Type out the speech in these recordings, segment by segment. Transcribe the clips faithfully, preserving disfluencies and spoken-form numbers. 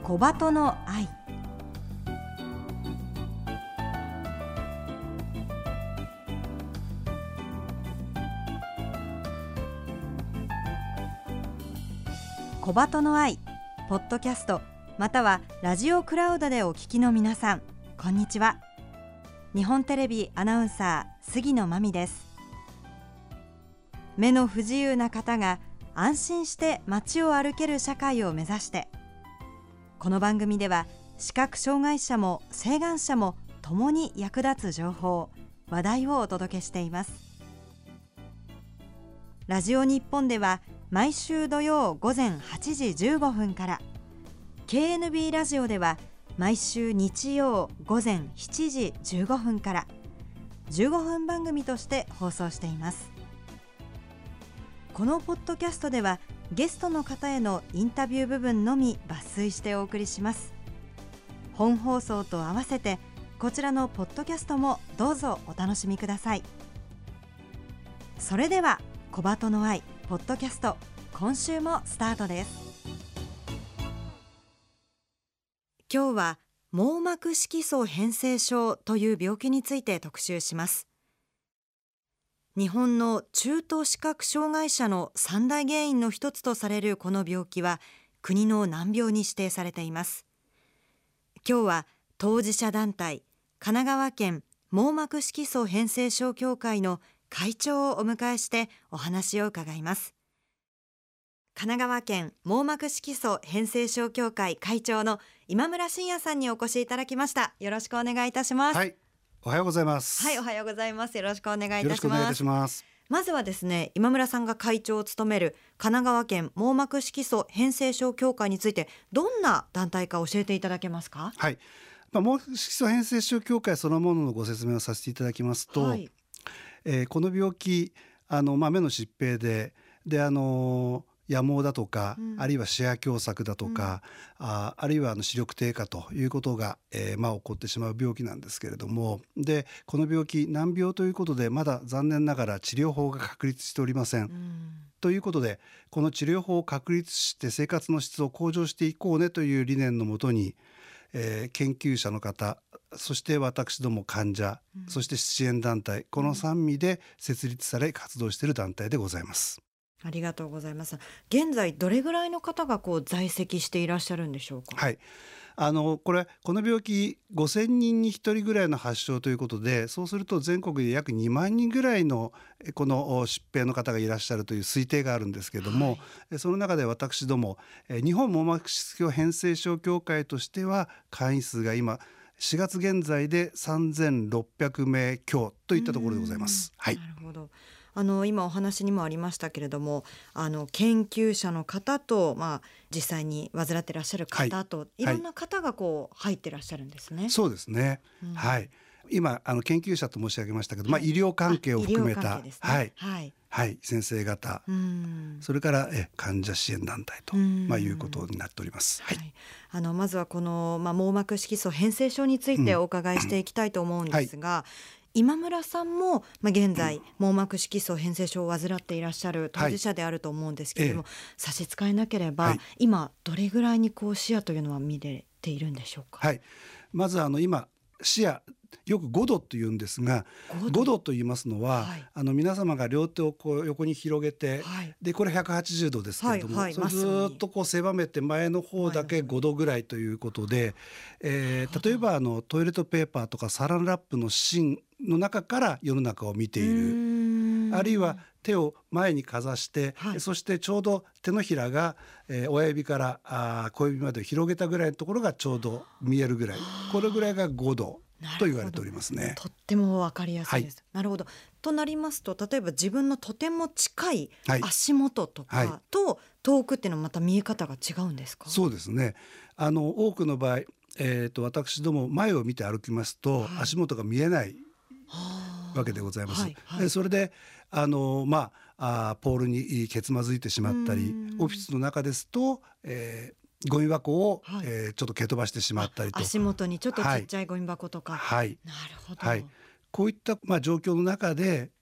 小鳩の愛。小鳩の愛ポッドキャストまたはラジオクラウドでお聞きの皆さん、こんにちは。日本テレビアナウンサー杉野真美です。目の不自由な方が安心して街を歩ける社会を目指して、この番組では視覚障害者も晴眼者も共に役立つ情報、話題をお届けしています。ラジオ日本では毎週土曜午前はちじじゅうごふんから、 ケーエヌビー ラジオでは毎週日曜午前しちじじゅうごふんからじゅうごふん番組として放送しています。このポッドキャストではゲストの方へのインタビュー部分のみ抜粋してお送りします。本放送と合わせてこちらのポッドキャストもどうぞお楽しみください。それでは小鳩の愛ポッドキャスト、今週もスタートです。今日は網膜色素変性症という病気について特集します。日本の中等視覚障害者の三大原因の一つとされるこの病気は国の難病に指定されています。今日は当事者団体神奈川県網膜色素変性症協会の会長をお迎えしてお話を伺います。神奈川県網膜色素変性症協会会長の今村真也さんにお越しいただきました。よろしくお願いいたします。 はい、おはようございます。 はい、おはようございます。よろしくお願いいたします。 よろしくお願いいたします。 まずはですね、今村さんが会長を務める神奈川県網膜色素変性症協会についてどんな団体か教えていただけますか？ はい、まあ、網膜色素変性症協会そのもののご説明をさせていただきますと、はい、えー、この病気あの、まあ、目の疾病でであの野毛だとか、うん、あるいは視野狭窄だとか、うん、あ, あるいはあの視力低下ということが、えーまあ、起こってしまう病気なんですけれども、でこの病気難病ということでまだ残念ながら治療法が確立しておりません、うん、ということでこの治療法を確立して生活の質を向上していこうねという理念のもとに、えー、研究者の方、そして私ども患者、うん、そして支援団体、この三味で設立され活動している団体でございます。 ありがとうございます。現在どれぐらいの方がこう在籍していらっしゃるんでしょうか？ はい、あのこれこの病気ごせんにんにひとりぐらいの発症ということで、そうすると全国で約にまんにんぐらいのこの疾病の方がいらっしゃるという推定があるんですけれども、はい、その中で私ども日本網膜色素変性症協会としては会員数が今しがつ現在でさんぜんろっぴゃくめい強といったところでございます。はい、 なるほど。あの今お話にもありましたけれども、あの研究者の方と、まあ、実際に患っていらっしゃる方と、はい、いろんな方がこう入ってらっしゃるんですね。 そうですね、うん、はい、今あの研究者と申し上げましたけど、はい、まあ、医療関係を含めた、ね、はいはいはい、先生方、うん、それからえ患者支援団体と、まあ、いうことになっております。はいはい、 あのまずはこの、まあ、網膜色素変性症についてお伺いしていきたいと思うんですが、うんはい、今村さんも、まあ、現在網膜色素変性症を患っていらっしゃる当事者であると思うんですけれども、はい、ええ、差し支えなければ、はい、今どれぐらいにこう視野というのは見れているんでしょうか？ はい、まずあの今視野よくごどというんですが、ごどと言いますのは、はい、あの皆様が両手をこう横に広げて、はい、でこれひゃくはちじゅうどですけれども、はいはい、それずっとこう狭めて前の方だけごどぐらいということで、えー、例えばあのトイレットペーパーとかサランラップの芯の中から世の中を見ている、あるいは手を前にかざして、はい、そしてちょうど手のひらが、えー、親指からあ小指まで広げたぐらいのところがちょうど見えるぐらい、これぐらいがごどと言われておりますね。 とっても分かりやすいです。はい、なるほど。となりますと、例えば自分のとても近い足元とかと遠くっていうのはまた見え方が違うんですか？ そうですね。あの多くの場合、えーと、私ども前を見て歩きますと、はい、足元が見えないわけでございます。はいはい、それであの、まあ、あポールにけつまずいてしまったり、オフィスの中ですと、えーゴミ箱を、はい、えー、ちょっと蹴飛ばしてしまったりと、 足元にちょっとちっちゃいゴミ箱とか、 はい、 なるほど、 はい、こういった、まあ、状況の中で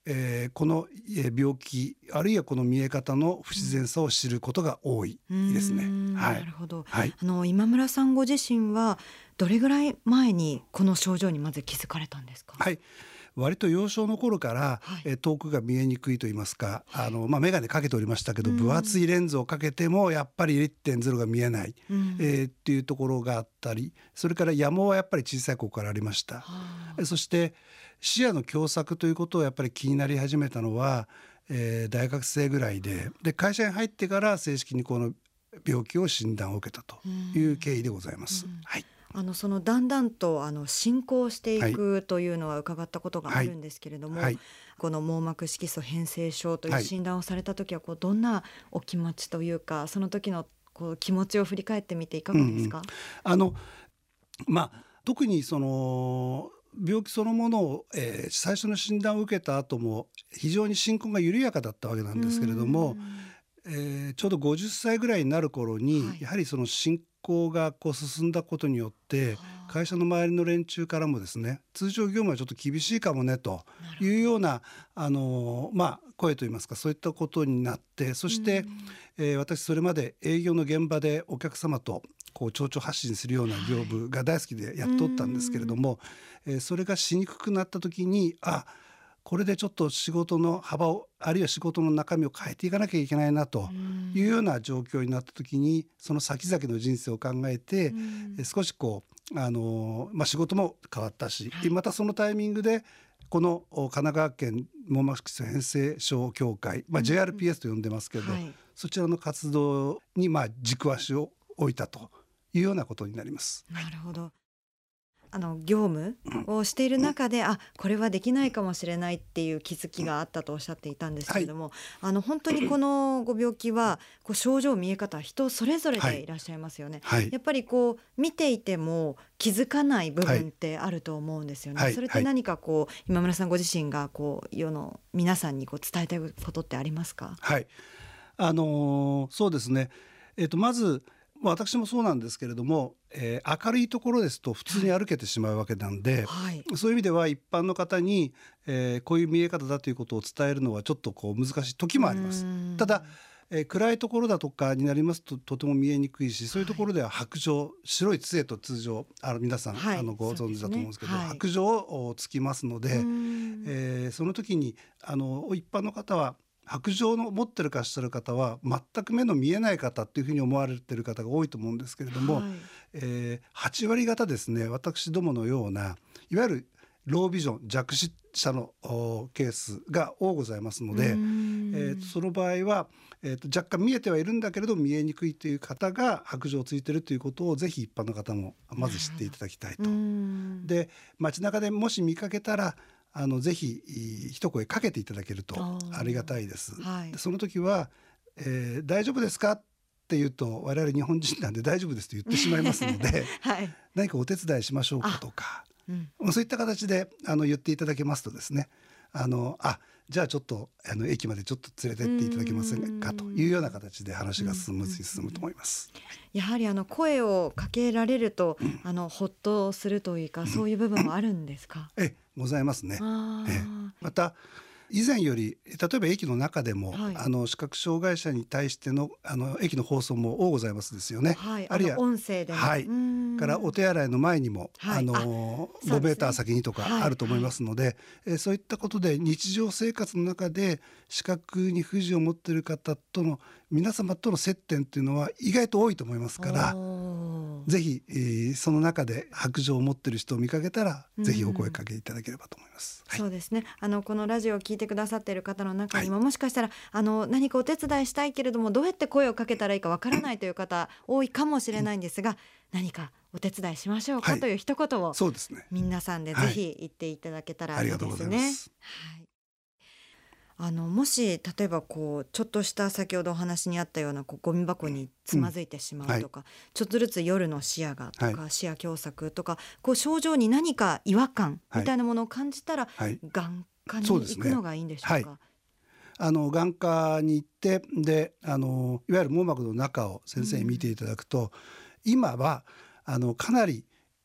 えー、この病気あるいはこの見え方の不自然さを知ることが多いですね。はい、 なるほど、 はい、 あの今村さんご自身はどれぐらい前にこの症状にまず気づかれたんですか？ はい、割と幼少の頃から、はい、え遠くが見えにくいと言いますか、あの、まあ、眼鏡かけておりましたけど、分厚いレンズをかけてもやっぱり いってんゼロ が見えない、うん、えー、っていうところがあったり、それから野毛はやっぱり小さい頃からありました。そして視野の狭窄ということをやっぱり気になり始めたのは、えー、大学生ぐらいで、で会社に入ってから正式にこの病気を診断を受けたという経緯でございます。うん、はい、 あのそのだんだんとあの進行していくというのは伺ったことがあるんですけれども、はいはい、この網膜色素変性症という診断をされた時はこうどんなお気持ちというか、その時のこう気持ちを振り返ってみていかがですか？うんうん、 あのまあ、特にその病気そのものを、えー、最初の診断を受けた後も非常に進行が緩やかだったわけなんですけれども、えー、ちょうどごじゅっさいぐらいになる頃に、はい、やはりその進行がこう進んだことによって会社の周りの連中からもですね、通常業務はちょっと厳しいかもねというようなあの、まあ、声といいますか、そういったことになって、そして、えー、私それまで営業の現場でお客様とこう蝶々発信するような業務が大好きでやっておったんですけれども、えー、それがしにくくなった時に、あ、これでちょっと仕事の幅をあるいは仕事の中身を変えていかなきゃいけないなというような状況になった時に、その先々の人生を考えて、えー、少しこうあのーまあ、仕事も変わったし、はい、またそのタイミングでこの神奈川県網膜色素変性症協会、まあ、ジェイアールピーエス と呼んでますけど、はい、そちらの活動にまあ軸足を置いたというようなことになります。 なるほど。あの業務をしている中で、うん、あ、これはできないかもしれないっていう気づきがあったとおっしゃっていたんですけれども、はい、あの本当にこのご病気はこう症状見え方人それぞれでいらっしゃいますよね。はい、やっぱりこう見ていても気づかない部分ってあると思うんですよね。はい、それって何かこう今村さんご自身がこう世の皆さんにこう伝えたいことってありますか？ はい、あのー、そうですね、えーと、まず私もそうなんですけれども、えー、明るいところですと普通に歩けてしまうわけなんで、はい、そういう意味では一般の方に、えー、こういう見え方だということを伝えるのはちょっとこう難しい時もあります。ただ、えー、暗いところだとかになりますととても見えにくいし、そういうところでは白杖、白い杖と通常あの皆さん、はい、あのご存知だと思うんですけど、ね、はい、白杖をつきますので、えー、その時にあの一般の方は白杖の持ってるかしゃる方は全く目の見えない方っていうふうに思われている方が多いと思うんですけれども、はい、えー、はちわり方ですね、私どものようないわゆるロービジョン弱視者のケースが多ございますので、えー、その場合は、えー、と若干見えてはいるんだけれど見えにくいという方が白杖をついているということをぜひ一般の方もまず知っていただきたいと。で、街中でもし見かけたらあのぜひ一声かけていただけるとありがたいです。はい、でその時は、えー、大丈夫ですかって言うと我々日本人なんで大丈夫ですと言ってしまいますので、はい、何かお手伝いしましょうかとか、うん、そういった形であの言っていただけますとですね、あのあじゃあちょっとあの駅までちょっと連れてっていただけませんかというような形で話がスムーズに進むと思います。 やはりあの声をかけられると、うん、あのほっとするというか、うん、そういう部分もあるんですか？ えございますね。えまた以前より例えば駅の中でも、はい、あの視覚障害者に対してのあの駅の放送も多ございますですよね。はい、あるいは音声で、 はい、からお手洗いの前にも、はい、あのあごメーター先にとかあると思いますので、はいはい、えそういったことで日常生活の中で視覚に不自由を持っている方との皆様との接点というのは意外と多いと思いますから、ぜひ、えー、その中で白杖を持っている人を見かけたら、ぜひお声かけいただければと思います。 はい、そうですね、あのこのラジオを聞いてくださっている方の中にも、はい、もしかしたらあの何かお手伝いしたいけれどもどうやって声をかけたらいいかわからないという方多いかもしれないんですが、何かお手伝いしましょうか、はい、という一言をそうですね、皆さんでぜひ言っていただけたらいいですね。はい、ありがとうございます。はい、あのもし例えばこうちょっとした先ほどお話にあったようなこうゴミ箱につまずいてしまうとか、うんはい、ちょっとずつ夜の視野がとか、はい、視野狭窄とかこう症状に何か違和感みたいなものを感じたら、はい、眼科に行くのがいいんでしょうか？そうですね、はい、 あの眼科に行ってであのいわゆる網膜の中を先生に見ていただくと、うん、今はあのかなり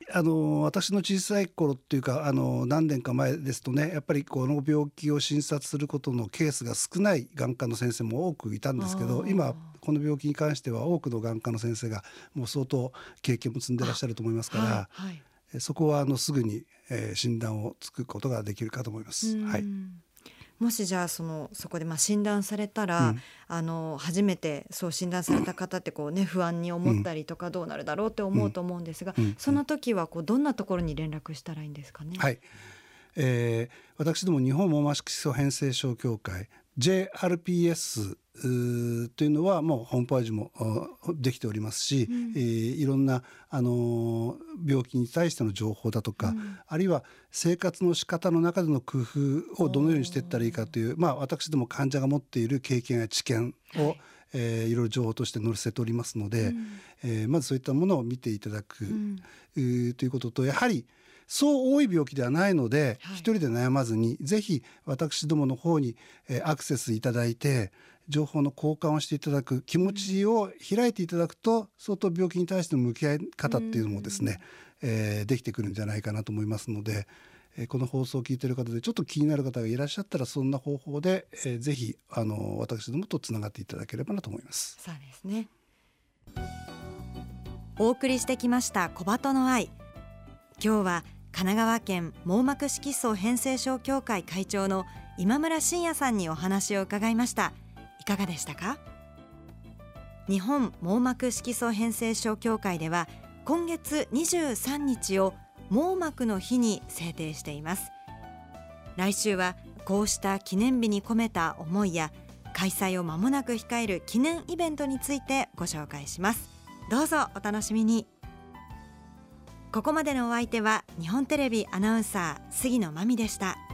あの私の小さい頃っていうかあの何年か前ですとね、やっぱりこの病気を診察することのケースが少ない眼科の先生も多くいたんですけど、今この病気に関しては多くの眼科の先生がもう相当経験も積んでらっしゃると思いますから、はいはい、そこはあのすぐに、えー、診断をつくことができるかと思います。はい、 もしじゃあそのそこでまあ診断されたら、うん、あの初めてそう診断された方ってこう、ね、不安に思ったりとかどうなるだろうって思うと思うんですが、うんうん、その時はこうどんなところに連絡したらいいんですかね。 はい、えー、私ども日本網膜色素変性症協会 ジェイアールピーエス というのはもうホームページもできておりますし、うん、えー、いろんな、あのー、病気に対しての情報だとか、うん、あるいは生活の仕方の中での工夫をどのようにしていったらいいかという、まあ、私ども患者が持っている経験や知見を、はい、えー、いろいろ情報として載せておりますので、うん、えー、まずそういったものを見ていただく、うん、ということと、やはりそう多い病気ではないので、はい、一人で悩まずにぜひ私どもの方に、えー、アクセスいただいて情報の交換をしていただく気持ちを開いていただくと、相当病気に対しての向き合い方っていうのもですね、えー、できてくるんじゃないかなと思いますので、えー、この放送を聞いている方でちょっと気になる方がいらっしゃったら、そんな方法で、えー、ぜひあの私どもとつながっていただければなと思います。 そうですね。お送りしてきました小鳩の愛。今日は神奈川県網膜色素変性症協会会長の今村真也さんにお話を伺いました。いかがでしたか？日本網膜色素変性症協会では今月にじゅうさんにちを網膜の日に制定しています。来週はこうした記念日に込めた思いや開催を間もなく控える記念イベントについてご紹介します。どうぞお楽しみに。ここまでのお相手は日本テレビアナウンサー杉野真美でした。